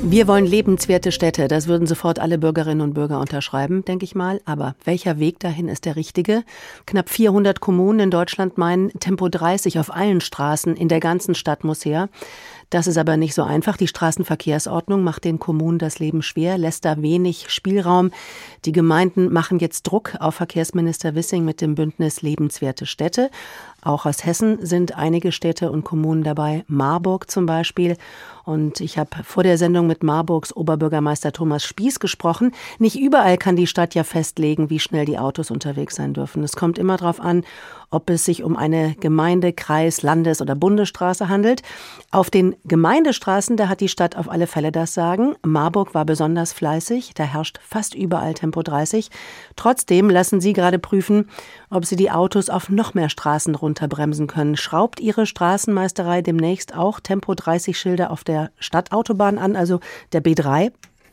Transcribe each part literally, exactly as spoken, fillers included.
Wir wollen lebenswerte Städte. Das würden sofort alle Bürgerinnen und Bürger unterschreiben, denke ich mal. Aber welcher Weg dahin ist der richtige? Knapp vierhundert Kommunen in Deutschland meinen, Tempo dreißig auf allen Straßen in der ganzen Stadt muss her. Das ist aber nicht so einfach. Die Straßenverkehrsordnung macht den Kommunen das Leben schwer, lässt da wenig Spielraum. Die Gemeinden machen jetzt Druck auf Verkehrsminister Wissing mit dem Bündnis Lebenswerte Städte. Auch aus Hessen sind einige Städte und Kommunen dabei, Marburg zum Beispiel. Und ich habe vor der Sendung mit Marburgs Oberbürgermeister Thomas Spieß gesprochen. Nicht überall kann die Stadt ja festlegen, wie schnell die Autos unterwegs sein dürfen. Es kommt immer darauf an, ob es sich um eine Gemeinde-, Kreis-, Landes- oder Bundesstraße handelt. Auf den Gemeindestraßen, da hat die Stadt auf alle Fälle das Sagen. Marburg war besonders fleißig, da herrscht fast überall Tempo dreißig. Trotzdem lassen sie gerade prüfen, ob sie die Autos auf noch mehr Straßen runterbremsen können. Schraubt ihre Straßenmeisterei demnächst auch Tempo dreißig Schilder auf der Stadtautobahn an, also der B drei?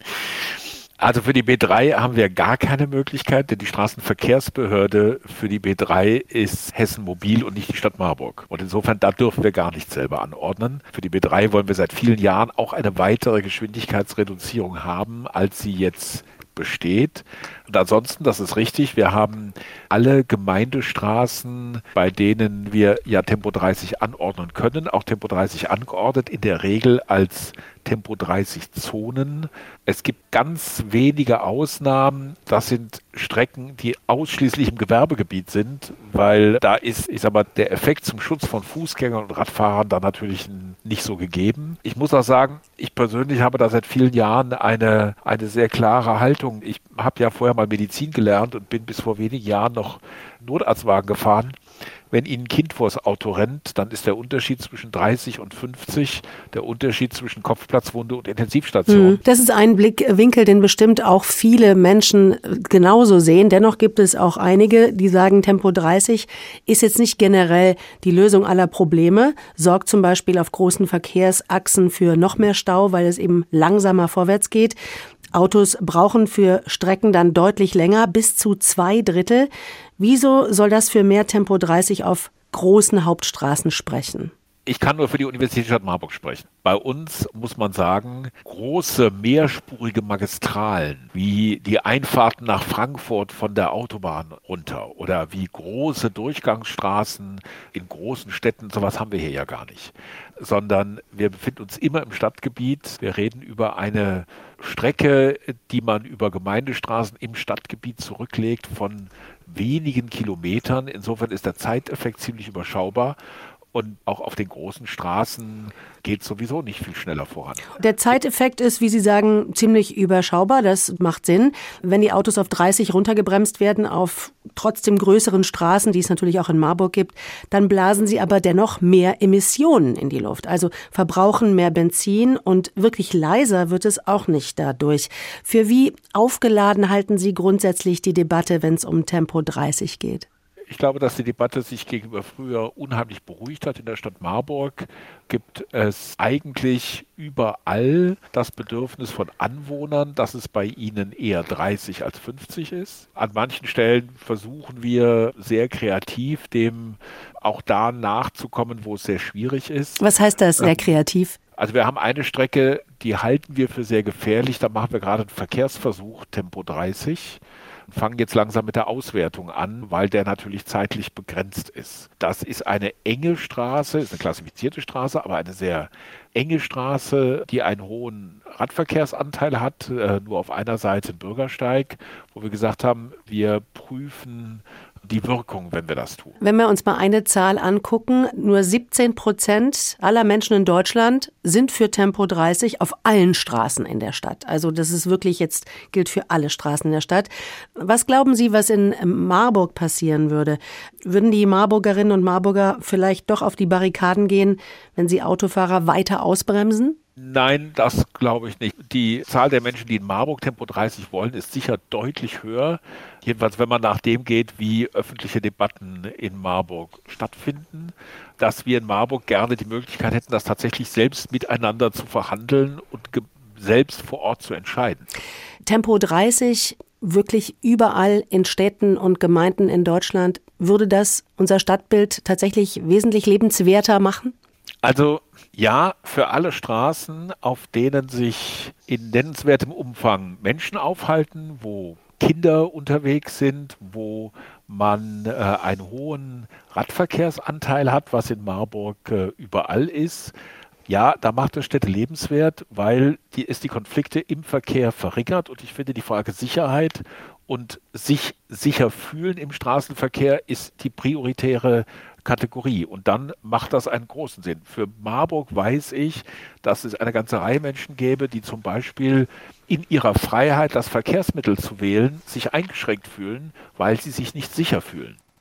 Also für die B drei haben wir gar keine Möglichkeit, denn die Straßenverkehrsbehörde für die B drei ist Hessen Mobil und nicht die Stadt Marburg. Und insofern, da dürfen wir gar nichts selber anordnen. Für die B drei wollen wir seit vielen Jahren auch eine weitere Geschwindigkeitsreduzierung haben, als sie jetzt besteht. Und ansonsten, das ist richtig, wir haben alle Gemeindestraßen, bei denen wir ja Tempo dreißig anordnen können, auch Tempo dreißig angeordnet, in der Regel als Tempo dreißig Zonen. Es gibt ganz wenige Ausnahmen. Das sind Strecken, die ausschließlich im Gewerbegebiet sind, weil da ist, ich sag mal, der Effekt zum Schutz von Fußgängern und Radfahrern da natürlich nicht so gegeben. Ich muss auch sagen, ich persönlich habe da seit vielen Jahren eine, eine sehr klare Haltung. Ich habe ja vorher mal Medizin gelernt und bin bis vor wenigen Jahren noch Notarztwagen gefahren. Wenn Ihnen ein Kind vors Auto rennt, dann ist der Unterschied zwischen dreißig und fünfzig der Unterschied zwischen Kopfplatzwunde und Intensivstation. Das ist ein Blickwinkel, den bestimmt auch viele Menschen genauso sehen. Dennoch gibt es auch einige, die sagen, Tempo dreißig ist jetzt nicht generell die Lösung aller Probleme, sorgt zum Beispiel auf großen Verkehrsachsen für noch mehr Stau, weil es eben langsamer vorwärts geht. Autos brauchen für Strecken dann deutlich länger, bis zu zwei Drittel. Wieso soll das für mehr Tempo dreißig auf großen Hauptstraßen sprechen? Ich kann nur für die Universitätsstadt Marburg sprechen. Bei uns muss man sagen, große mehrspurige Magistralen, wie die Einfahrten nach Frankfurt von der Autobahn runter oder wie große Durchgangsstraßen in großen Städten, sowas haben wir hier ja gar nicht. Sondern wir befinden uns immer im Stadtgebiet. Wir reden über eine Strecke, die man über Gemeindestraßen im Stadtgebiet zurücklegt von wenigen Kilometern. Insofern ist der Zeiteffekt ziemlich überschaubar. Und auch auf den großen Straßen geht es sowieso nicht viel schneller voran. Der Zeiteffekt ist, wie Sie sagen, ziemlich überschaubar. Das macht Sinn. Wenn die Autos auf dreißig runtergebremst werden, auf trotzdem größeren Straßen, die es natürlich auch in Marburg gibt, dann blasen sie aber dennoch mehr Emissionen in die Luft. Also verbrauchen mehr Benzin und wirklich leiser wird es auch nicht dadurch. Für wie aufgeladen halten Sie grundsätzlich die Debatte, wenn es um Tempo dreißig geht? Ich glaube, dass die Debatte sich gegenüber früher unheimlich beruhigt hat. In der Stadt Marburg gibt es eigentlich überall das Bedürfnis von Anwohnern, dass es bei ihnen eher dreißig als fünfzig ist. An manchen Stellen versuchen wir sehr kreativ, dem auch da nachzukommen, wo es sehr schwierig ist. Was heißt das, sehr kreativ? Also wir haben eine Strecke, die halten wir für sehr gefährlich. Da machen wir gerade einen Verkehrsversuch, Tempo dreißig. Fangen jetzt langsam mit der Auswertung an, weil der natürlich zeitlich begrenzt ist. Das ist eine enge Straße, ist eine klassifizierte Straße, aber eine sehr enge Straße, die einen hohen Radverkehrsanteil hat, äh, nur auf einer Seite ein Bürgersteig, wo wir gesagt haben, wir prüfen die Wirkung, wenn wir das tun. Wenn wir uns mal eine Zahl angucken, nur siebzehn Prozent aller Menschen in Deutschland sind für Tempo dreißig auf allen Straßen in der Stadt. Also das ist wirklich jetzt, gilt für alle Straßen in der Stadt. Was glauben Sie, was in Marburg passieren würde? Würden die Marburgerinnen und Marburger vielleicht doch auf die Barrikaden gehen, wenn sie Autofahrer weiter ausbremsen? Nein, das glaube ich nicht. Die Zahl der Menschen, die in Marburg Tempo dreißig wollen, ist sicher deutlich höher. Jedenfalls, wenn man nach dem geht, wie öffentliche Debatten in Marburg stattfinden, dass wir in Marburg gerne die Möglichkeit hätten, das tatsächlich selbst miteinander zu verhandeln und ge- selbst vor Ort zu entscheiden. Tempo dreißig wirklich überall in Städten und Gemeinden in Deutschland, würde das unser Stadtbild tatsächlich wesentlich lebenswerter machen? Also ja, für alle Straßen, auf denen sich in nennenswertem Umfang Menschen aufhalten, wo Kinder unterwegs sind, wo man äh, einen hohen Radverkehrsanteil hat, was in Marburg äh, überall ist. Ja, da macht es Städte lebenswert, weil die, es die Konflikte im Verkehr verringert. Und ich finde, die Frage Sicherheit und sich sicher fühlen im Straßenverkehr ist die prioritäre Kategorie. Und dann macht das einen großen Sinn. Für Marburg weiß ich, dass es eine ganze Reihe Menschen gäbe, die zum Beispiel in ihrer Freiheit, das Verkehrsmittel zu wählen, sich eingeschränkt fühlen, weil sie sich nicht sicher fühlen.